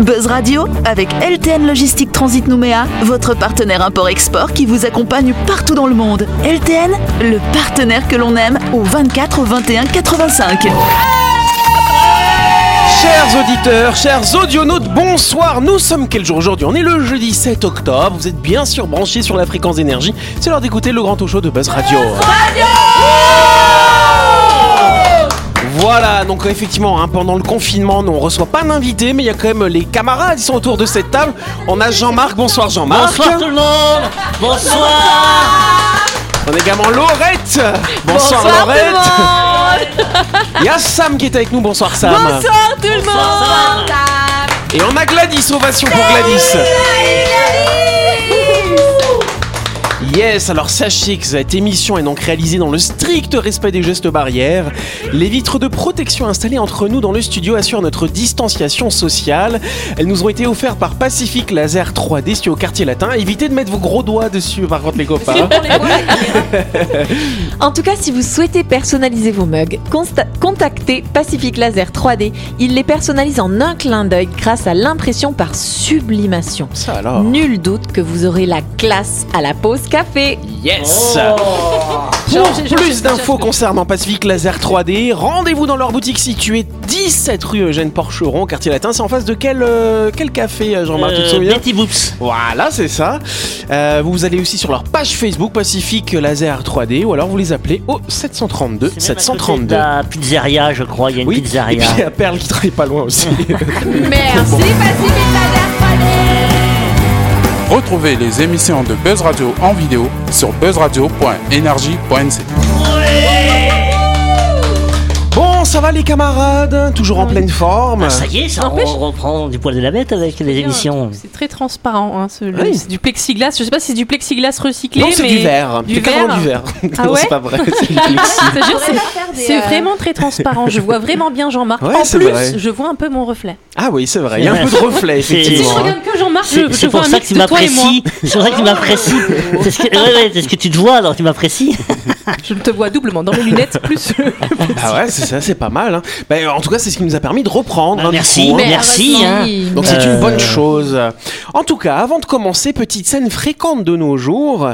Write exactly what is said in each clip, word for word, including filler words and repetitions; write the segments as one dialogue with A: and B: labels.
A: Buzz Radio, avec L T N Logistique Transit Nouméa, votre partenaire import-export qui vous accompagne partout dans le monde. L T N, le partenaire que l'on aime, au vingt-quatre vingt et un quatre-vingt-cinq.
B: Chers auditeurs, chers audionautes, bonsoir. Nous sommes quel jour aujourd'hui? On est le jeudi sept octobre. Vous êtes bien sûr branchés sur la fréquence d'énergie. C'est l'heure d'écouter le grand talk show de Buzz Radio. Buzz Radio. Voilà, donc effectivement, hein, pendant le confinement, nous, on reçoit pas d'invités, mais il y a quand même les camarades qui sont autour de cette table. On a Jean-Marc. Bonsoir Jean-Marc.
C: Bonsoir tout le monde. Bonsoir.
B: On a également Laurette. Bonsoir,
D: Bonsoir
B: Laurette. Il y a Sam qui est avec nous. Bonsoir Sam.
D: Bonsoir tout le monde.
C: Bonsoir,
B: Et on a Gladys. Ovation pour Gladys. Yes, alors sachez que cette émission est donc réalisée dans le strict respect des gestes barrières. Les vitres de protection installées entre nous dans le studio assurent notre distanciation sociale. Elles nous ont été offertes par Pacific Laser trois D situé au quartier latin. Évitez de mettre vos gros doigts dessus par contre les copains.
D: En tout cas, si vous souhaitez personnaliser vos mugs, consta- contactez Pacific Laser trois D. Il les personnalise en un clin d'œil grâce à l'impression par sublimation.
B: Ça alors.
D: Nul doute que vous aurez la classe à la pause café.
B: Yes.
C: Oh.
B: Pour plus d'infos concernant Pacific Laser trois D, rendez-vous dans leur boutique située dix-sept rue Eugène Porcheron, quartier latin. C'est en face de quel, euh, quel café, Jean-Marc,
C: euh,
B: tu te souviens?
C: Betty Boops.
B: Voilà, c'est ça. Euh, vous allez aussi sur leur page Facebook Pacific Laser trois D, ou alors vous les appelez au sept cent trente-deux sept cent trente-deux.
C: La pizzeria, je crois, il y a une
B: Oui, et
C: pizzeria.
B: puis il y a Perle qui travaille pas loin aussi.
D: Merci Pacific Laser trois D.
E: Retrouvez les émissions de Buzz Radio en vidéo sur buzz radio point energie point n c.
B: Bon, ça va les camarades? Toujours en pleine forme?
C: Ah, ça y est, ça,
D: N'empêche-
C: on reprend du poil de la bête avec les émissions.
F: C'est très transparent, hein, ce, le-
B: Oui.
F: c'est du plexiglas. Je sais pas si c'est du plexiglas recyclé,
B: Non, c'est
F: mais
B: du verre.
F: du
B: C'est carrément
F: verre.
B: du verre.
F: Ah
B: Non,
F: ouais
B: c'est pas vrai, c'est du plexi.
F: Je te jure, c'est, c'est vraiment très transparent. Je vois vraiment bien Jean-Marc.
B: Ouais,
F: en
B: c'est
F: plus,
B: vrai.
F: je vois un peu mon reflet.
B: Ah oui, c'est vrai. Il y a un peu de reflet,
C: C'est-
F: Si je
B: effectivement. hein.
F: regarde que Jean-Marc,
C: C'est,
F: je,
C: c'est
F: je vois
C: pour
F: un
C: ça
F: mix
C: que tu
F: de toi et moi.
C: m'apprécies. C'est pour ça que tu m'apprécies. C'est ce que, ouais, ouais, c'est ce que tu te vois, alors tu m'apprécies.
F: Je te vois doublement dans mes lunettes, plus.
B: Ah ouais, c'est ça, c'est pas mal. Hein. Bah, en tout cas, c'est ce qui nous a permis de reprendre.
C: Bah,
B: hein, du
C: merci,
B: coup, hein.
C: mais- Merci, hein.
B: Donc c'est
C: Euh,
B: une bonne chose. En tout cas, avant de commencer, petite scène fréquente de nos jours.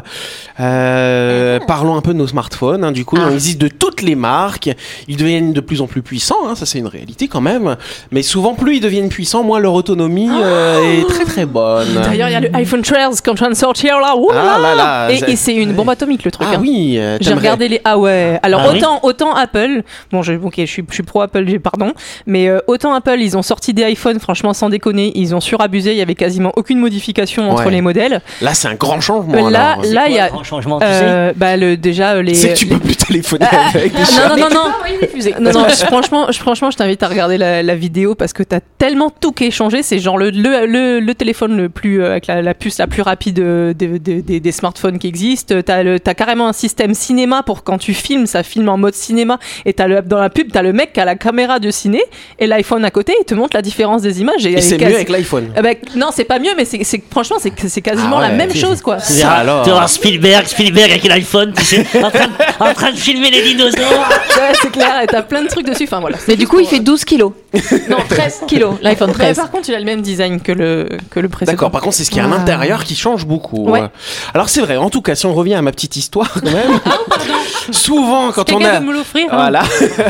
B: Euh, parlons un peu de nos smartphones. Hein. Du coup,
C: Ah.
B: il existe de toutes les marques. Ils deviennent de plus en plus puissants. Hein. Ça, c'est une réalité quand même. Mais souvent, plus ils deviennent puissants, moins leur autonomie euh, est très très bonne.
F: D'ailleurs, il y a le iPhone treize qui est en train de sortir là. Ouh là
B: Ah là là,
F: et,
B: ça-
F: et c'est une bombe atomique le truc.
B: Ah
F: hein.
B: oui, euh,
F: J'ai
B: t'aimerais-
F: regardé les. Ah ouais. Alors
C: Ah oui
F: autant autant Apple. Bon, je, ok, je suis je suis pro Apple, j'ai- pardon. Mais euh, autant Apple, ils ont sorti des iPhones. Franchement, sans déconner, ils ont surabusé. Il y avait quasiment aucune modification entre
B: Ouais.
F: les modèles.
B: Là, c'est un grand changement.
F: Euh, là,
B: alors.
F: là, il y a.
C: Grand changement, tu sais.
F: Euh, bah le déjà euh, les.
B: C'est que tu peux plus téléphoner avec des
F: Non, non, non, non. non, non, je- franchement, je, franchement, je t'invite à regarder la, la vidéo parce que t'as tellement tout qui est changé. C'est genre le, le, le, le téléphone le plus, euh, avec la, la puce la plus rapide euh, des, des, des, des smartphones qui existent. T'as, le, t'as carrément un système cinéma pour quand tu filmes, ça filme en mode cinéma. Et t'as le, dans la pub, t'as le mec qui a la caméra de ciné et l'iPhone à côté, il te montre la différence des images.
B: Et c'est
F: quasi-
B: mieux avec l'iPhone.
F: Eh ben, non, c'est pas mieux, mais c'est, c'est, franchement, c'est, c'est quasiment
B: Ah ouais.
F: la même chose, quoi.
C: Tu verras,
B: alors.
C: tu verras Spielberg, Spielberg avec l'iPhone, tu sais, en train, de, en train de filmer les dinosaures.
F: Ouais, c'est clair, et t'as plein de trucs dessus. Enfin, voilà.
D: Mais du coup, il fait douze kilos.
F: Non, treize
D: kilos, l'iPhone
F: Mais
D: treize.
F: par contre, il a le même design que le, que le précédent.
B: D'accord, par contre, c'est ce qu'il y a à
D: Ah.
B: l'intérieur qui change beaucoup.
F: Ouais.
B: Alors, c'est vrai, en tout cas, si on revient à ma petite histoire, quand même, souvent, quand on
F: Quelqu'un
B: a.
F: veut me l'offrir, hein.
B: Voilà,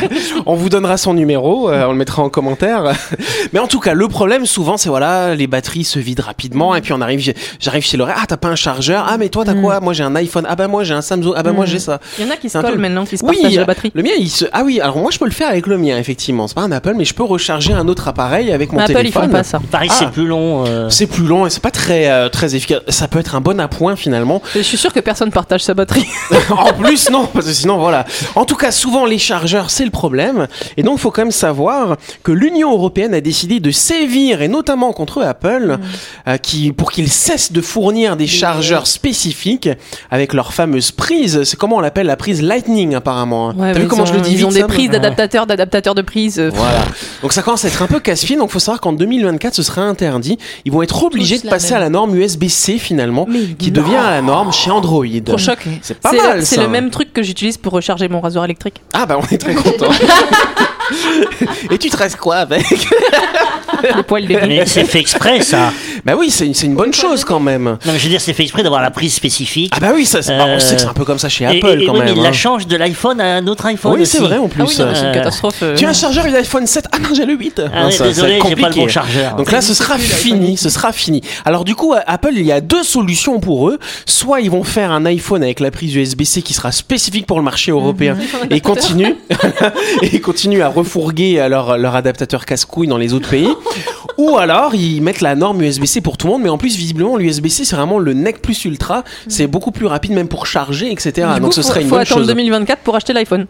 B: on vous donnera son numéro, euh, on le mettra en commentaire. Mais en tout cas, le problème, souvent, c'est voilà, les batteries se vident rapidement, et puis on arrive, j'arrive chez Laurent, ah, t'as pas un chargeur, ah, mais toi, t'as quoi? Moi, j'ai un iPhone, ah, bah, moi, j'ai un Samsung, ah, bah, moi, j'ai ça.
F: Il y en a qui se
B: C'est un
F: collent
B: peu-
F: maintenant, qui se
B: Oui,
F: partagent la batterie.
B: le mien, il se. Ah oui, alors moi, je peux le faire avec le mien, effectivement. C'est pas un Apple, mais je peux recharger un autre appareil avec mon
F: Mais Apple, ils
B: téléphone.
F: font pas ça.
C: Pareil,
B: Ah.
C: c'est plus long. euh.
B: C'est plus long et c'est pas très euh, très efficace. Ça peut être un bon appoint finalement.
F: Je suis sûr que personne partage sa batterie.
B: En plus, non, parce que sinon, voilà. En tout cas, souvent les chargeurs, c'est le problème. Et donc, il faut quand même savoir que l'Union européenne a décidé de sévir, et notamment contre Apple, euh, qui, pour qu'ils cessent de fournir des chargeurs spécifiques avec leur fameuse prise. C'est comment on l'appelle, la prise Lightning, apparemment.
F: Ouais,
B: T'as
F: mais
B: vu comment
F: ils
B: je le
F: ont-
B: dis
F: Ils
B: vite,
F: ont des
B: Sam
F: prises d'adaptateurs, d'adaptateurs de prises. euh,
B: Voilà. Donc ça commence à être un peu casse-pied. Donc il faut savoir qu'en deux mille vingt-quatre, ce sera interdit. Ils vont être obligés
D: Tous
B: de
D: la
B: passer
D: même.
B: à la norme U S B C finalement,
F: Mais
B: qui
F: non.
B: devient la norme chez Android.
F: Trop choc.
B: C'est pas
F: c'est
B: mal
F: le,
B: ça.
F: c'est le même truc que j'utilise pour recharger mon rasoir électrique.
B: Ah bah on est très content. Et tu te stresses quoi avec?
F: Les poils des
C: Mais c'est fait exprès, ça.
B: Bah oui, c'est une, c'est une bonne chose quand même.
C: Non, mais je veux dire, c'est fait exprès d'avoir la prise spécifique.
B: Ah bah oui, ça, c'est, bah, on
C: Euh,
B: sait que c'est un peu comme ça chez
C: Et-
B: Apple
C: et, et
B: quand
C: oui,
B: même.
C: mais il
B: hein.
C: la change de l'iPhone à un autre iPhone
B: Oui,
C: aussi.
B: c'est vrai en plus.
F: Ah oui, non, c'est une
C: Euh,
F: catastrophe. euh.
B: Tu as un chargeur, il a iPhone sept. Ah non, j'ai le huit.
C: Ah
B: Non,
C: ouais,
B: ça- ça va
C: désolé,
B: être
C: j'ai pas le
B: compliqué.
C: bon chargeur.
B: Donc là, ce sera fini, ce sera fini. Alors du coup, Apple, il y a deux solutions pour eux. Soit ils vont faire un iPhone avec la prise U S B-C qui sera spécifique pour le marché européen et ils continuent et ils continuent à refourguer leur, leur adaptateur casse-couille dans les autres pays. Ou alors ils mettent la norme U S B-C pour tout le monde, mais en plus visiblement l'U S B-C c'est vraiment le nec plus ultra. C'est beaucoup plus rapide même pour charger, et cetera.
F: Du
B: Donc
F: coup,
B: ce
F: faut,
B: serait une
F: faut
B: bonne
F: attendre
B: chose.
F: deux mille vingt-quatre pour acheter l'iPhone.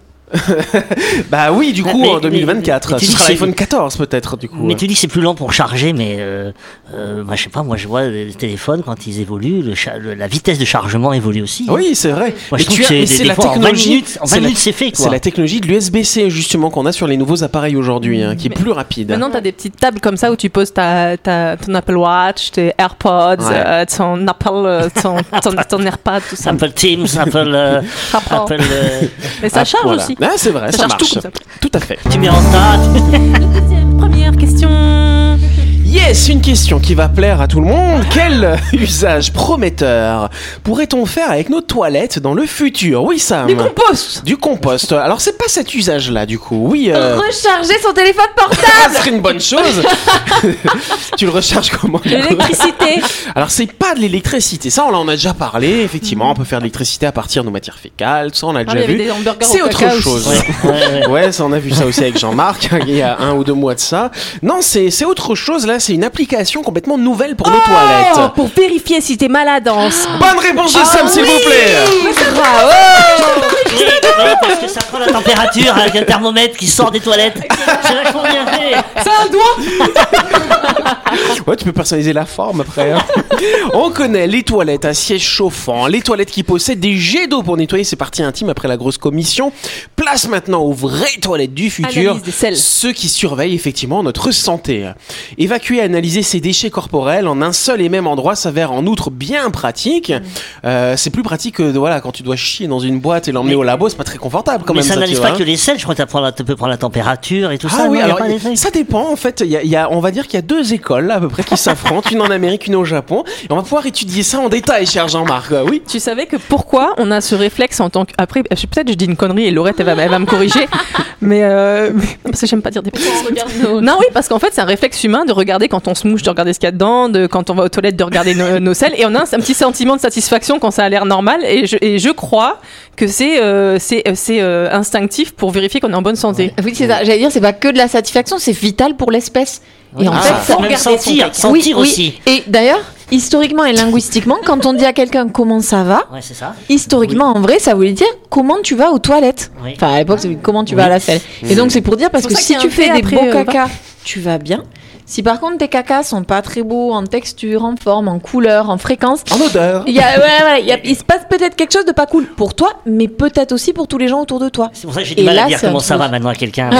B: Bah oui, du coup
C: Mais-
B: en
C: mais-
B: deux mille vingt-quatre,
C: mais tu
B: ce
C: dis
B: sera
C: c'est-
B: l'iPhone quatorze peut-être du coup.
C: Mais
B: ouais.
C: tu dis que c'est plus lent pour charger, mais euh, euh, moi, je sais pas, moi je vois les téléphones quand ils évoluent, le cha- le- la vitesse de chargement évolue aussi.
B: Oui, c'est vrai.
C: Moi,
B: Mais
C: je trouve
B: tu
C: que
B: as-
C: c'est
B: mais
C: des,
B: c'est
C: des
B: la
C: fois, en vingt
B: technologie.
C: minutes, en vingt
B: c'est la-
C: minutes, c'est fait, quoi.
B: C'est la technologie de l'U S B-C justement qu'on a sur les nouveaux appareils aujourd'hui, hein, qui est
F: Mais-
B: plus rapide.
F: Maintenant, t'as des petites tables comme ça où tu poses ta, ta, ton Apple Watch, tes AirPods,
B: Ouais.
F: euh, ton Apple, euh, ton, ton, ton AirPod, tout ça.
C: Apple Teams, Apple, euh,
F: Apple.
C: Apple euh,
F: Mais ça
B: Ah,
F: charge
B: voilà.
F: aussi.
B: Ah, c'est vrai, ça,
F: Ça charge
B: marche.
F: tout comme ça.
B: Tout à fait.
C: tu mets en tas.
F: Deuxième, première question.
B: Yes, une question qui va plaire à tout le monde. Quel usage prometteur pourrait-on faire avec nos toilettes dans le futur? Oui, Sam.
F: Du compost.
B: Du compost. Alors, c'est pas cet usage-là, du coup. Oui. euh,
D: Recharger son téléphone portable.
B: ça serait une bonne chose. Tu le recharges comment du coup
F: L'électricité.
B: Alors, c'est pas de l'électricité. Ça, on en a déjà parlé. Effectivement, on peut faire de l'électricité à partir de nos matières fécales. Ça, on a
F: Ah,
B: déjà
F: il y avait
B: vu.
F: des hamburgers
B: C'est
F: au
B: autre
F: caca aussi.
B: chose.
C: Ouais, ouais, ouais.
B: Ouais, ça on a vu ça aussi avec Jean-Marc il y a un ou deux mois de ça. Non, c'est c'est autre chose là, c'est une application complètement nouvelle pour nos
F: Oh,
B: toilettes.
F: pour vérifier si t'es malade en...
B: Bonne réponse de Sam, s'il vous plaît.
C: Oui, oui, parce que ça prend la température avec un thermomètre qui sort des toilettes. C'est vachement bien fait.
F: C'est un doigt.
B: Ouais, tu peux personnaliser la forme après. hein. On connaît les toilettes à siège chauffant, les toilettes qui possèdent des jets d'eau pour nettoyer ses parties intimes après la grosse commission. Place maintenant aux vraies toilettes du futur,
F: Analyse des selles.
B: ceux qui surveillent effectivement notre santé. Évacuer et analyser ses déchets corporels en un seul et même endroit s'avère en outre bien pratique. Euh, c'est plus pratique que voilà, quand tu dois chier dans une boîte et l'emmener
C: Mais-
B: au labo, c'est pas très confortable quand
C: Mais
B: même.
C: ça
B: tu
C: n'analyse
B: vois,
C: pas
B: hein.
C: que les selles, je crois que t'apprends la- tu peux prendre la température et tout
B: Ah
C: ça.
B: oui,
C: non, y a
B: alors
C: pas des trucs
B: ça dépend en fait. Il y a, il y a- on va dire qu'il y a deux écoles là, à peu près qui s'affrontent, une en Amérique, une au Japon, et on va pouvoir étudier ça en détail, cher Jean-Marc. Euh, Oui.
F: Tu savais que pourquoi on a ce réflexe en tant que... Après, je- peut-être je dis une connerie et Laurette, elle va, elle va me corriger. mais... Euh... mais- Parce que j'aime pas dire des bêtises. Non, oui, parce qu'en fait, c'est un réflexe humain de regarder quand on se mouche, de regarder ce qu'il y a dedans, de, quand on va aux toilettes, de regarder nos, nos selles. Et on a un, un petit sentiment de satisfaction quand ça a l'air normal. Et je, et je crois que c'est euh, c'est euh, c'est, euh, instinctif pour vérifier qu'on est en bonne santé.
D: Oui, c'est ça. J'allais dire, c'est pas que de la satisfaction, c'est vital pour l'espèce. Et en
B: Ah,
D: fait,
B: faut
D: ça
C: même sentir, sentir
D: oui, oui.
C: aussi.
D: Et d'ailleurs, historiquement et linguistiquement, quand on dit à quelqu'un comment ça va,
C: Ouais, c'est ça.
D: historiquement, en vrai, ça voulait dire comment tu vas aux toilettes.
C: Oui.
D: Enfin, à l'époque, c'est comment tu vas à la selle. Et donc, c'est pour dire, parce
F: C'est
D: que
F: pour ça
D: si
F: qu'il y a
D: tu
F: un
D: fais
F: thé
D: des
F: après,
D: beaux
F: euh,
D: cacas, tu vas bien. Si par contre tes cacas sont pas très beaux en texture, en forme, en couleur, en fréquence,
B: En odeur.
D: il y a, ouais, voilà, il, y a- il se passe peut-être quelque chose de pas cool pour toi, mais peut-être aussi pour tous les gens autour de toi.
C: C'est pour ça que j'ai du
D: Et
C: mal
D: là,
C: à dire
D: c'est
C: comment
D: un
C: ça
D: truc.
C: va maintenant à quelqu'un.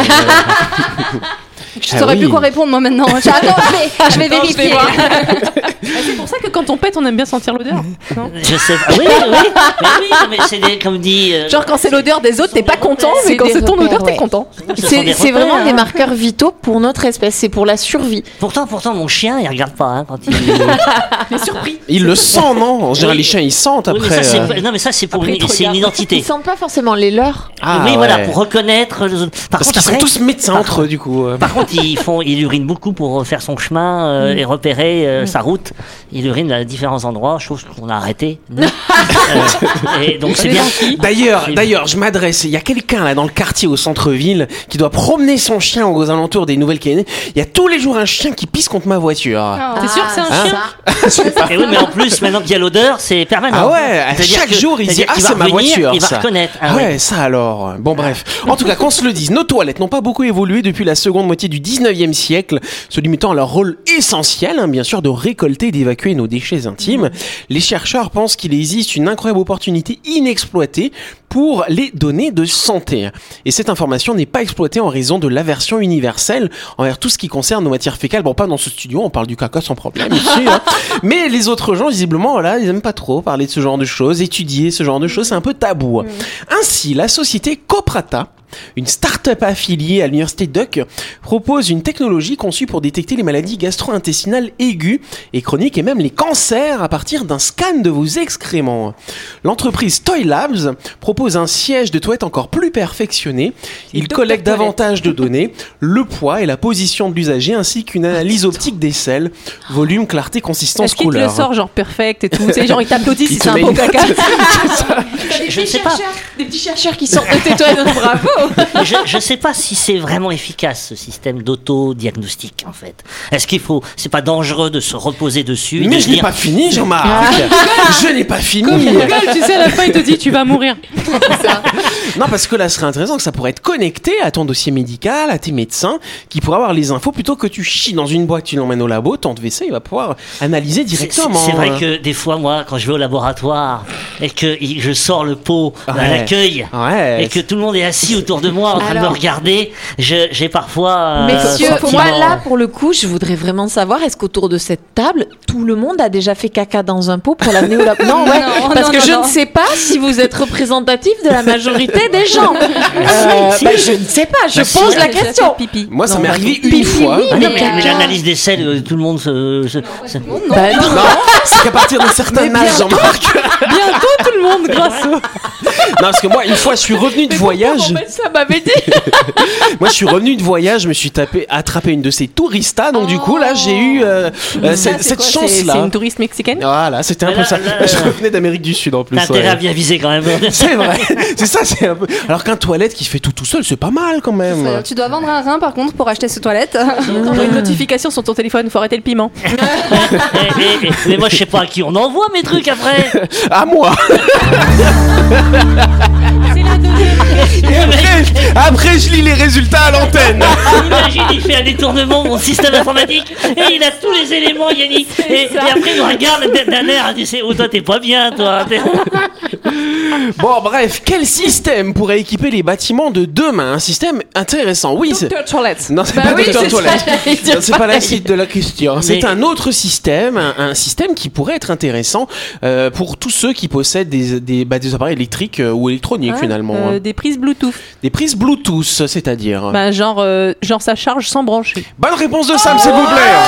G: Je
B: Ah
G: saurais
B: oui.
G: plus quoi répondre moi maintenant. Attends, je vais, je vais
F: Attends, je vais
G: vérifier.
F: voir. C'est pour ça que quand on pète, on aime bien sentir l'odeur. non
C: Je sais pas. Oui, oui, mais oui, mais c'est des, comme dit. euh,
F: Genre quand c'est l'odeur des autres, t'es pas content, mais
D: C'est
F: quand
D: des
F: c'est ton
D: repères,
F: odeur, t'es
D: ouais.
F: content.
C: ce sont
D: C'est
C: des
D: c'est
C: repères,
D: vraiment
C: hein.
D: des marqueurs vitaux pour notre espèce, c'est pour la survie.
C: Pourtant, pourtant, mon chien, il regarde pas hein, quand il.
F: Il est surpris.
B: Il le sent, non? En général,
C: Oui.
B: les chiens, ils sentent
C: Oui, mais
B: après.
C: ça, c'est
B: euh.
C: pas- non, mais ça, c'est pour
F: Après,
C: une,
F: il te
C: c'est une
F: regarde.
C: identité.
D: Ils sentent pas forcément les leurs.
B: Ah,
C: oui,
B: ouais.
C: voilà, pour reconnaître. les autres. Par
B: Parce
C: contre,
B: qu'ils sont
C: après-
B: tous médecins
C: Par
B: entre eux, du coup. euh.
C: Par contre, ils font, ils urinent beaucoup pour faire son chemin euh, et repérer euh, sa route. Il urine à différents endroits, chose qu'on a arrêté. nous. Euh, et donc c'est bien.
B: D'ailleurs,
C: Oui.
B: d'ailleurs, je m'adresse. Il y a quelqu'un là dans le quartier au centre-ville qui doit promener son chien aux alentours des Nouvelles-Calédonies. Il y a tous les jours un chien qui pisse contre ma voiture.
F: T'es sûr que c'est un
B: Hein
F: chien
C: Et oui, mais en plus, maintenant qu'il y a l'odeur, c'est permanent.
B: Ah ouais, à
C: C'est-à-dire
B: chaque
C: que-
B: jour il dit
C: c'est-à-dire
B: ah
C: qu'il va
B: c'est ma
C: revenir,
B: voiture
C: il va
B: ça.
C: reconnaître. Ah
B: Ah
C: ouais.
B: ouais, ça alors. Bon bref. En tout cas, qu'on se le dise, nos toilettes n'ont pas beaucoup évolué depuis la seconde moitié du dix-neuvième siècle, se limitant à leur rôle essentiel, hein, bien sûr, de récolter et d'évacuer nos déchets intimes. Les chercheurs pensent qu'il existe une incroyable opportunité inexploitée pour les données de santé. Et cette information n'est pas exploitée en raison de l'aversion universelle envers tout ce qui concerne nos matières fécales. Bon, pas dans ce studio, on parle du caca sans problème ici, hein. Mais les autres gens, visiblement, voilà, ils aiment pas trop parler de ce genre de choses, étudier ce genre de choses, c'est un peu tabou. Ainsi, la société Coprata Une start-up affiliée à l'université Duck propose une technologie conçue pour détecter les maladies gastro-intestinales aiguës et chroniques et même les cancers à partir d'un scan de vos excréments. L'entreprise Toy Labs propose un siège de toilette encore plus perfectionné. Il collecte davantage de données, le poids et la position de l'usager ainsi qu'une analyse optique des selles, volume, clarté, consistance,
F: Est-ce qu'il te le
B: couleur.
F: sort genre perfect et tout? Tu sais, genre il t'applaudit si
B: Il
F: c'est
B: te
F: un
B: met
F: beau
B: une-
F: caca.
C: Je ne sais pas.
D: Des petits chercheurs qui sortent de tes toilettes. Bravo.
C: Je, je sais pas si c'est vraiment efficace ce système d'auto-diagnostic en fait. Est-ce qu'il faut, c'est pas dangereux de se reposer dessus et
B: Mais
C: de
B: je n'ai
C: dire-
B: pas fini, Jean-Marc. Je n'ai pas fini.
F: Google, tu sais, à la fin il te dit tu vas mourir.
B: Non, parce que là, ce serait intéressant que ça pourrait être connecté à ton dossier médical, à tes médecins, qui pourraient avoir les infos plutôt que tu chies dans une boîte, tu l'emmènes au labo, ton W C, il va pouvoir analyser
C: C'est- C'est
B: directement.
C: c'est vrai que des fois, moi, quand je vais au laboratoire et que il- je sors le pot à
B: Ouais.
C: l'accueil
B: Ouais.
C: et que tout le monde est assis autour de moi en train de me
D: Alors-
C: regarder, je- j'ai parfois. euh,
D: Messieurs,
C: sentiment-
D: moi là, pour le coup, je voudrais vraiment savoir, est-ce qu'autour de cette table, tout le monde a déjà fait caca dans un pot pour l'amener au labo? Non, ouais,
G: Non,
D: parce
G: non,
D: que
G: non,
D: je
G: non.
D: ne sais pas si vous êtes représentatif de la majorité des gens. Euh,
C: si.
D: bah, je ne sais pas, je
B: Bah, si.
D: pose la
F: J'ai déjà
D: question.
F: fait pipi.
B: Moi, ça
F: Non,
B: m'est
F: pas
B: arrivé
F: tout.
B: une
D: Pipi,
B: fois.
D: oui,
C: Ah
D: mais
C: non, mais, mais
D: caca.
C: l'analyse des selles, euh, tout le monde se. se- se-
D: Bah, non.
B: Non, c'est qu'à partir d'un certain âge, Jean-Marc.
F: Bientôt tout le monde grâce au.
B: Non, parce que moi, une fois, je suis revenu de voyage.
D: Ça m'avait dit.
B: Moi, je suis revenu de voyage, je me suis tapé, attrapé une de ces touristas. Donc, du coup, là, j'ai eu euh, euh,
F: Ça,
B: cette,
F: c'est
B: cette
F: quoi, c'est-
B: chance-là.
F: C'est une touriste mexicaine.
B: Voilà, c'était un
C: Mais
B: peu
C: là,
B: ça.
C: là,
B: Je
C: euh,
B: revenais d'Amérique du Sud en plus.
C: T'as intérêt
B: ouais.
C: à bien viser quand même.
B: C'est vrai, c'est ça, c'est un peu. Alors qu'un toilette qui fait tout tout seul, c'est pas mal quand même.
G: Euh, Tu dois vendre un rein par contre pour acheter ce toilette.
F: Quand t'as une notification sur ton téléphone, faut arrêter le piment.
C: Eh, eh, eh, mais moi, je sais pas à qui on envoie mes trucs après.
B: À moi.
F: C'est la deuxième.
B: Et après, après, je lis les résultats à l'antenne.
C: Imagine, il fait un détournement, mon système informatique, et il a tous les éléments, Yannick. Et, et après, il nous regarde d'un air, tu sais, oh, toi, t'es pas bien, toi. T'es-
B: Bon, bref, quel système pourrait équiper les bâtiments de demain? Un système intéressant. Oui, c'est.
F: Docteur Toilette.
B: Non, c'est
D: Bah
B: pas
D: oui,
B: Docteur
D: c'est ça,
B: Toilette.
D: j'allais dire
B: Non, c'est pas la suite de la question. C'est
C: Mais-
B: un autre système, un, un système qui pourrait être intéressant euh, pour tous ceux qui possèdent des, des, bah, des appareils électriques euh, ou électroniques
F: Ah,
B: finalement.
F: euh,
B: hein.
F: des prises Bluetooth.
B: Des prises Bluetooth, c'est-à-dire.
F: Bah, genre, euh, genre ça charge sans brancher.
B: Bonne réponse de Sam, s'il vous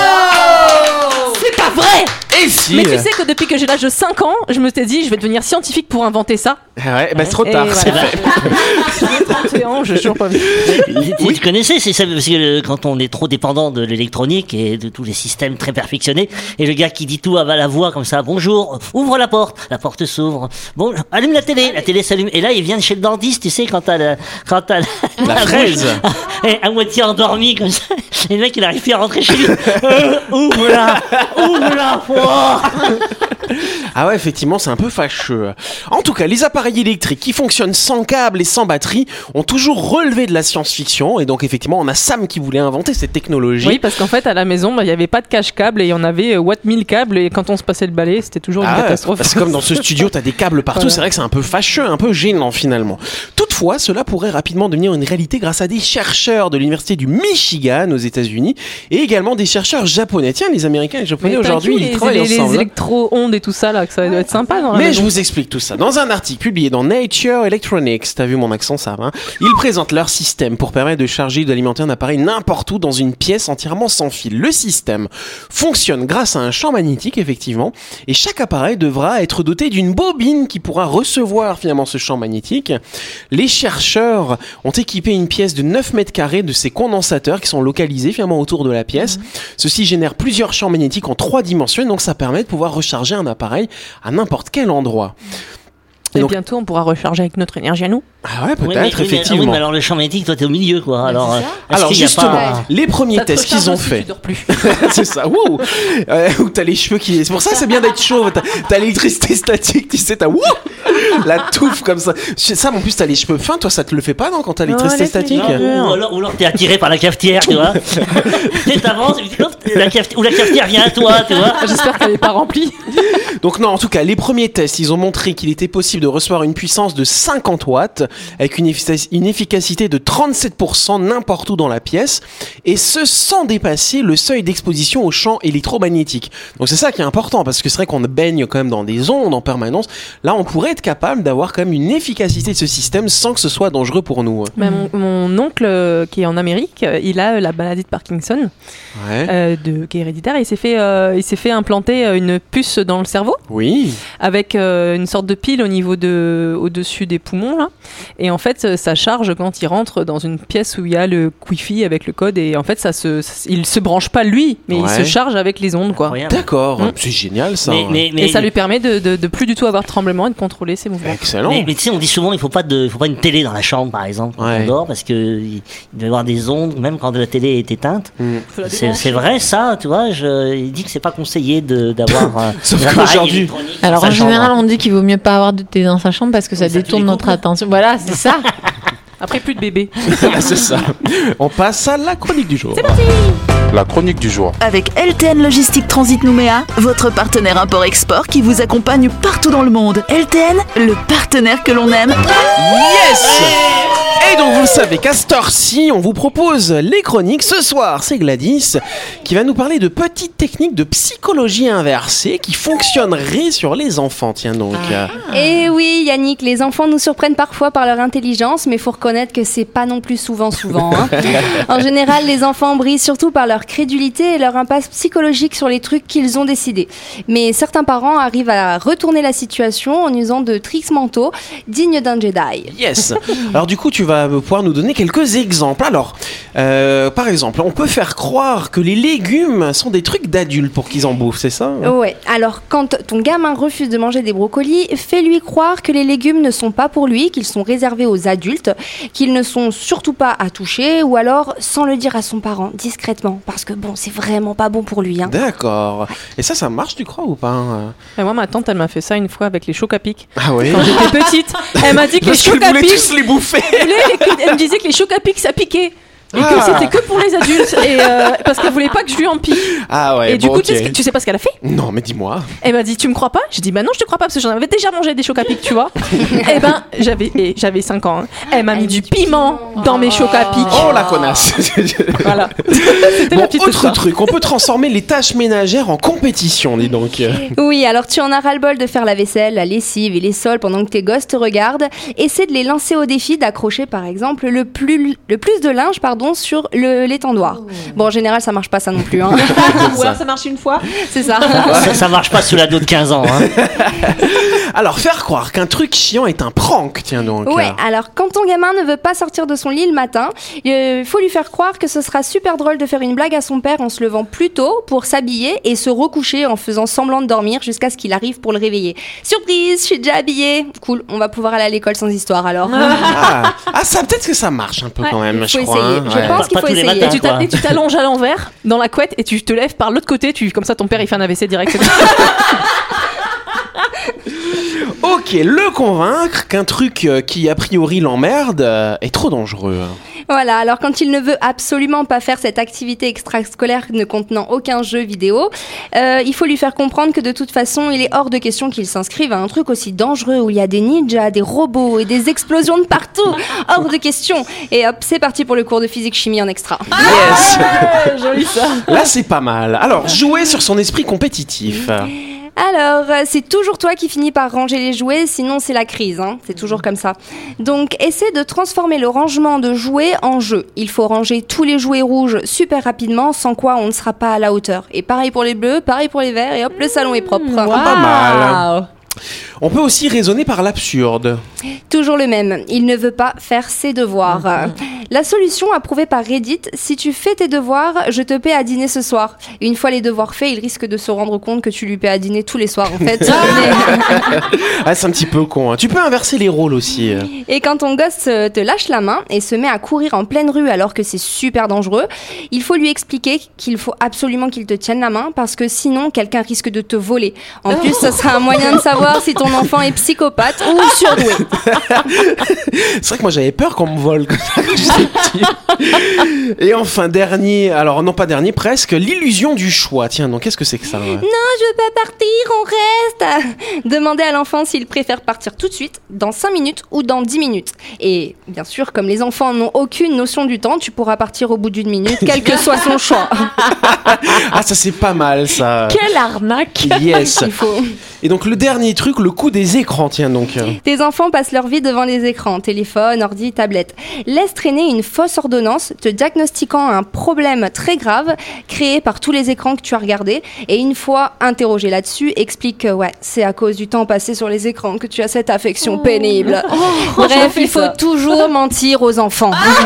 B: plaît.
F: C'est pas vrai.
B: Et si
F: Mais tu sais que depuis que j'ai l'âge de cinq ans, je me suis dit, je vais devenir scientifique pour inventer ça.
B: Ah ouais, bah c'est trop
F: Et
B: tard, c'est
F: voilà.
B: fait.
F: J'ai trente et un ans, je toujours pas vu.
C: Tu- Tu connaissais, c'est ça, parce que euh, quand on est trop dépendant de l'électronique et de tous les systèmes très perfectionnés, et le gars qui dit tout à la voix comme ça, bonjour, ouvre la porte, la porte s'ouvre, bon, allume la télé, la télé s'allume, et là il vient de chez le dentiste, tu sais, quand t'as la, quand t'as la,
B: La
C: bouche,
B: fraise.
C: et à moitié endormi comme ça, et le mec il arrive plus à rentrer chez lui, Euh, ouvre la, ouvre la porte.
B: Ah ouais, effectivement, c'est un peu fâcheux. En tout cas, les appareils électriques qui fonctionnent sans câble et sans batterie ont toujours relevé de la science-fiction. Et donc, effectivement, on a Sam qui voulait inventer cette technologie.
F: Oui, parce qu'en fait, à la maison, bah, il n'y avait pas de cache-câble et il y en avait euh, watt mille câbles. Et quand on se passait le balai, c'était toujours une
B: Ah ouais,
F: catastrophe.
B: parce que comme dans ce studio, t'as des câbles partout,
F: Voilà.
B: c'est vrai que c'est un peu fâcheux, un peu gênant finalement. Toutefois, cela pourrait rapidement devenir une réalité grâce à des chercheurs de l'université du Michigan aux États-Unis et également des chercheurs japonais. Tiens, les Américains et les Japonais
F: Mais
B: aujourd'hui,
F: t'inquiète,
B: ils
F: les,
B: travaillent
F: les, les
B: ensemble.
F: électro-ondes et tout ça, là, que ça doit être sympa dans la
B: Mais
F: maison.
B: je vous explique tout ça. Dans un article publié dans Nature Electronics, t'as vu mon accent, ça va, hein, ils présentent leur système pour permettre de charger et d'alimenter un appareil n'importe où dans une pièce entièrement sans fil. Le système fonctionne grâce à un champ magnétique, effectivement, et chaque appareil devra être doté d'une bobine qui pourra recevoir finalement ce champ magnétique. Les chercheurs ont équipé une pièce de neuf mètres carrés de ces condensateurs qui sont localisés finalement autour de la pièce. Ceci génère plusieurs champs magnétiques en trois dimensions, et donc ça permet de pouvoir recharger un appareil à n'importe quel endroit.
F: Et
B: donc-
F: bientôt, on pourra recharger avec notre énergie à nous.
B: Ah ouais, peut-être,
C: Oui, mais- oui, mais-
B: effectivement.
C: oui, mais alors le champ magnétique, toi t'es au milieu, quoi. Alors, euh, est-ce
B: Alors
C: qu'il y a
B: justement,
C: pas-
B: les premiers
F: Ça te
B: tests qu'ils
F: recharge
B: ont
F: aussi,
B: fait,
F: tu dors plus.
B: c'est ça, wouh, euh, où t'as les cheveux qui, c'est pour ça que c'est bien d'être chauve, t'as, t'as l'électricité statique, tu sais, t'as wouh, la touffe comme ça. Ça, en plus t'as les cheveux fins, toi ça te le fait pas non quand t'as l'électricité
F: laisse-les
B: statique?
C: Non, ou alors, ou alors t'es attiré par la cafetière, tu vois. Tu t'avances, et puis, hop, la cafetière, ou la cafetière vient à toi, tu vois.
F: J'espère qu'elle n'est pas remplie.
B: Donc non, en tout cas, les premiers tests, ils ont montré qu'il était possible de recevoir une puissance de cinquante watts avec une, effic- une efficacité de trente-sept pour cent n'importe où dans la pièce, et ce sans dépasser le seuil d'exposition au champ électromagnétique. Donc c'est ça qui est important, parce que c'est vrai qu'on baigne quand même dans des ondes en permanence. Là, on pourrait être capable capable d'avoir quand même une efficacité de ce système sans que ce soit dangereux pour nous?
F: Bah, mon, mon oncle euh, qui est en Amérique, euh, il a euh, la maladie de Parkinson,
B: Ouais.
F: euh, de, qui est héréditaire. Il s'est fait, euh, il s'est fait implanter euh, une puce dans le cerveau
B: Oui.
F: avec euh, une sorte de pile au niveau de, au-dessus des poumons là. Et en fait, euh, ça charge quand il rentre dans une pièce où il y a le Wi-Fi avec le code. Et en fait, ça se, ça- il se branche pas lui, mais il
B: Ouais.
F: se charge avec les ondes quoi.
C: Incroyable.
B: D'accord.
F: Mm.
B: C'est génial ça.
C: Mais, mais, mais,
F: Et ça lui permet de, de, de plus du tout avoir de tremblement et de contrôler ses mouvements.
B: Excellent.
C: mais, mais tu sais, on dit souvent il faut pas de, il faut pas une télé dans la chambre, par exemple, quand
B: Ouais.
C: on dort, parce que il il doit y avoir des ondes, même quand la télé est éteinte.
B: Mm.
C: C'est, c'est vrai ça, tu vois. Je, il dit que c'est pas conseillé de, d'avoir. euh,
B: Sauf
C: des appareils
B: qu'aujourd'hui-
C: électroniques dans
D: Alors
C: sa
D: en
C: chambre.
D: général, on dit qu'il vaut mieux pas avoir de thé dans sa chambre parce que ça
C: Oui, ça
D: détourne
C: fait
D: notre
C: des
D: attention. Voilà, c'est ça.
F: Après, plus de bébés.
B: C'est ça. On passe à la chronique du jour.
E: La chronique du jour.
A: Avec L T N Logistique Transit Nouméa, votre partenaire import-export qui vous accompagne partout dans le monde. L T N, le partenaire que l'on aime.
B: Yes! Et donc vous le savez qu'à cette heure-ci, on vous propose les chroniques. Ce soir, c'est Gladys qui va nous parler de petites techniques de psychologie inversée qui fonctionneraient sur les enfants. Tiens donc. euh,
G: Et oui, Yannick, les enfants nous surprennent parfois par leur intelligence, mais il faut reconnaître que c'est pas non plus souvent souvent. hein. En général, les enfants brillent surtout par leur crédulité et leur impasse psychologique sur les trucs qu'ils ont décidés. Mais certains parents arrivent à retourner la situation en usant de tricks mentaux dignes d'un Jedi.
B: Yes. Alors du coup, tu vas pouvoir nous donner quelques exemples. Alors, euh, par exemple, on peut faire croire que les légumes sont des trucs d'adultes pour qu'ils en bouffent, c'est ça?
G: Ouais, alors quand ton gamin refuse de manger des brocolis, fais-lui croire que les légumes ne sont pas pour lui, qu'ils sont réservés aux adultes, qu'ils ne sont surtout pas à toucher, ou alors sans le dire à son parent, discrètement, parce que bon, c'est vraiment pas bon pour lui. Hein.
B: D'accord. Et ça, ça marche, tu crois ou pas? hein
F: Et moi, ma tante, elle m'a fait ça une fois avec les chocs à pic.
B: Ah oui.
F: Quand j'étais petite, elle m'a dit que les
B: Parce qu'ils
F: chocs à
B: voulaient
F: pic,
B: tous les bouffer.
F: elle me disait que les chocs à pic, ça piquait. Et que
B: Ah.
F: c'était que pour les adultes. Et euh, parce qu'elle voulait pas que je lui en pique.
B: Ah ouais.
F: et du
B: bon,
F: coup,
B: ok.
F: tu, sais, ce que- tu sais pas ce qu'elle a fait?
B: Non, mais dis-moi.
F: Elle m'a dit, tu me crois pas? J'ai dit, bah non, je te crois pas parce que j'en avais déjà mangé des chocs à pic, tu vois. Et ben, j'avais, et j'avais cinq ans. hein. Elle m'a mis du piment dans mes chocs à pic.
B: Oh la connasse.
F: Voilà. C'était
B: Bon,
F: ma petite
B: autre
F: histoire.
B: truc, on peut transformer les tâches ménagères en compétition, dis donc.
G: Oui, alors tu en as ras-le-bol de faire la vaisselle, la lessive et les sols pendant que tes gosses te regardent. Essaie de les lancer au défi d'accrocher par exemple le plus, le plus de linge pardon, sur le, l'étendoir. Bon, en général, ça marche pas ça non plus. Hein.
F: Ou alors ça marche une fois.
G: C'est ça.
C: ça, ça marche pas sous l'ado de quinze ans. Hein.
B: Alors, faire croire qu'un truc chiant est un prank, tiens donc.
G: Ouais, alors quand ton gamin ne veut pas sortir de son lit le matin, il faut lui faire croire que ce sera super drôle de faire une blague à son père en se levant plus tôt pour s'habiller et se recoucher en faisant semblant de dormir jusqu'à ce qu'il arrive pour le réveiller. Surprise, je suis déjà habillée. Cool, on va pouvoir aller à l'école sans histoire alors.
B: Ah, ah, ça, peut-être que ça marche un peu quand même, je
G: faut
B: crois.
G: essayer.
B: hein,
G: Je
B: ouais.
G: pense qu'il
C: Pas
G: faut
C: tous les
G: essayer.
C: matins.
F: Et tu, t'a-
C: quoi.
F: et tu t'allonges à l'envers dans la couette et tu te lèves par l'autre côté. Tu, comme ça, ton père il fait un A V C direct.
B: Ok, le convaincre qu'un truc euh, qui a priori l'emmerde euh, est trop dangereux.
G: Voilà, alors quand il ne veut absolument pas faire cette activité extrascolaire ne contenant aucun jeu vidéo, euh, il faut lui faire comprendre que de toute façon, il est hors de question qu'il s'inscrive à un truc aussi dangereux où il y a des ninjas, des robots et des explosions de partout. Hors de question. Et hop, c'est parti pour le cours de physique-chimie en extra.
B: Yes.
F: Joli ça.
B: Là, c'est pas mal. Alors, jouer sur son esprit compétitif.
G: Alors, euh, c'est toujours toi qui finis par ranger les jouets, sinon c'est la crise, hein. C'est toujours comme ça. Donc, essaie de transformer le rangement de jouets en jeu. Il faut ranger tous les jouets rouges super rapidement, sans quoi on ne sera pas à la hauteur. Et pareil pour les bleus, pareil pour les verts, et hop, le salon est propre.
B: Pas mal. On peut aussi raisonner par l'absurde.
G: Toujours le même, il ne veut pas faire ses devoirs. La solution approuvée par Reddit, si tu fais tes devoirs, je te paie à dîner ce soir. Une fois les devoirs faits, il risque de se rendre compte que tu lui paies à dîner tous les soirs en fait.
B: Ah, c'est un petit peu con. hein. Tu peux inverser les rôles aussi.
G: Et quand ton gosse euh, te lâche la main et se met à courir en pleine rue alors que c'est super dangereux, il faut lui expliquer qu'il faut absolument qu'il te tienne la main parce que sinon quelqu'un risque de te voler. En plus, ça sera un moyen de savoir si ton enfant est psychopathe ou surdoué.
B: C'est vrai que moi j'avais peur qu'on me vole comme ça quand j'étais petit. Et enfin, dernier, alors non pas dernier, presque, l'illusion du choix. Tiens, donc qu'est-ce que c'est que ça? ouais
G: Non, je veux pas partir, on reste. Demandez à l'enfant s'il préfère partir tout de suite, dans cinq minutes ou dans dix minutes. Et bien sûr, comme les enfants n'ont aucune notion du temps, tu pourras partir au bout d'une minute, quel que soit son choix.
B: Ah, ça c'est pas mal ça.
D: Quelle arnaque!
B: Yes.
G: Il faut.
B: Et donc le dernier truc, le beaucoup des écrans, tiens donc.
G: Tes enfants passent leur vie devant les écrans, téléphone, ordi, tablette. Laisse traîner une fausse ordonnance te diagnostiquant un problème très grave créé par tous les écrans que tu as regardés. Et une fois interrogé là-dessus, explique que ouais, c'est à cause du temps passé sur les écrans que tu as cette affection oh. pénible. Oh. Bref, il faut ça. toujours mentir aux enfants.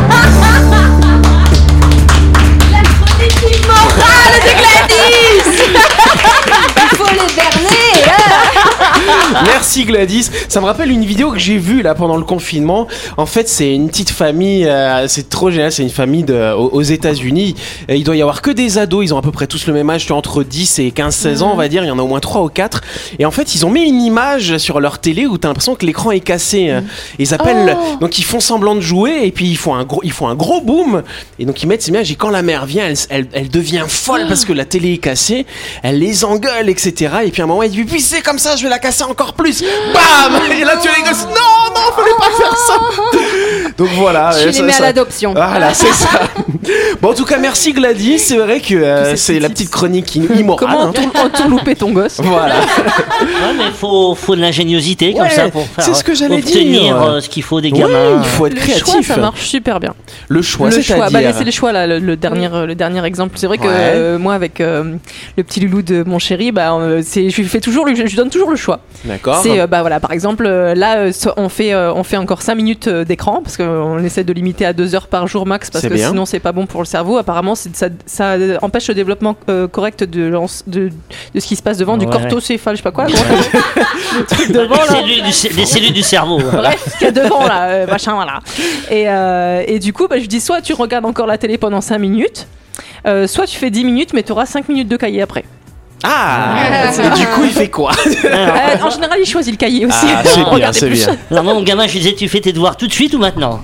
G: La chronique immorale de Gladys. Il faut les berner.
B: Merci Gladys. Ça me rappelle une vidéo que j'ai vue là pendant le confinement. En fait, c'est une petite famille, euh, c'est trop génial. C'est une famille de, aux, aux États-Unis. Il doit y avoir que des ados. Ils ont à peu près tous le même âge, tu vois, entre dix et quinze seize ans, on va dire. Il y en a au moins trois ou quatre. Et en fait, ils ont mis une image sur leur télé où t'as l'impression que l'écran est cassé. Mmh. Ils appellent, oh. donc ils font semblant de jouer et puis ils font un gros, ils font un gros boom. Et donc ils mettent ces images. Et quand la mère vient, elle, elle, elle devient folle oh. parce que la télé est cassée. Elle les engueule, et cetera. Et puis à un moment, elle dit puis c'est comme ça, je vais la casser encore plus. Bam. Et là tu les gosses. Non, non, fallait pas faire ça. Donc voilà.
G: Je les mets à l'adoption.
B: Voilà, c'est ça. Bon, en tout cas, merci Gladys. C'est vrai que euh, c'est la petite chronique immorale.
F: Comment hein. entourlouper ton gosse.
B: Voilà.
C: Ouais, mais faut faut de l'ingéniosité comme
B: ouais,
C: ça pour faire
B: c'est ce que j'allais
C: obtenir
B: dire.
C: Euh, ce qu'il faut des
B: ouais,
C: gamins.
B: Il faut être
F: le
B: créatif.
F: Choix, ça marche super bien.
B: Le choix,
F: le
B: c'est
F: choix.
B: à
F: Bah,
B: dire.
F: laissez le choix là. Le, le dernier, le dernier exemple. C'est vrai que
B: ouais.
F: euh, moi, avec euh, le petit loulou de mon chéri, bah, euh, c'est, je lui fais toujours, le, je lui donne toujours le choix.
B: D'accord.
F: C'est euh, bah voilà, par exemple, euh, là, euh, on fait, euh, on fait encore cinq minutes d'écran parce qu'on essaie de limiter à deux heures par jour max parce
B: c'est
F: que
B: bien.
F: sinon c'est pas bon pour le cerveau. Apparemment, c'est, ça, ça empêche le développement euh, correct de, de, de ce qui se passe devant, ouais. du cortocéphale, je sais pas quoi. Ouais. Le truc devant là.
C: Les cellules du, les cellules du cerveau. Voilà.
F: Bref, ce qu'il y a devant là, euh, machin, voilà. Et, euh, et du coup, bah, je dis soit tu regardes encore la télé pendant cinq minutes, euh, soit tu fais dix minutes, mais tu auras cinq minutes de cahier après.
B: Ah, et du coup, il fait quoi?
F: euh, En général, il choisit le cahier aussi.
B: Ah, c'est bien, c'est
F: plus.
B: bien.
C: Alors moi, mon gamin, je lui disais, tu fais tes devoirs tout de suite ou maintenant?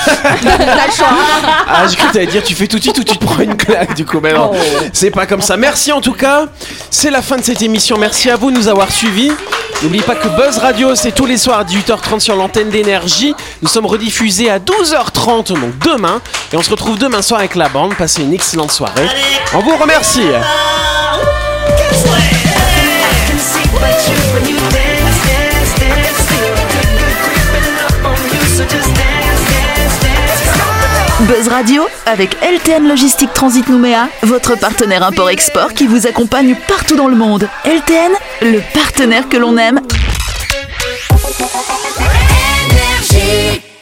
B: Ah, j'ai cru que t'allais dire, tu fais tout de suite ou tu te prends une claque, du coup. Mais non, oh. c'est pas comme ça. Merci en tout cas. C'est la fin de cette émission. Merci à vous de nous avoir suivis. N'oubliez pas que Buzz Radio, c'est tous les soirs à dix-huit heures trente sur l'antenne d'Énergie. Nous sommes rediffusés à douze heures trente, donc demain. Et on se retrouve demain soir avec la bande. Passez une excellente soirée. On vous remercie.
A: Buzz Radio avec L T N Logistique Transit Nouméa, votre partenaire import-export qui vous accompagne partout dans le monde. L T N, le partenaire que l'on aime.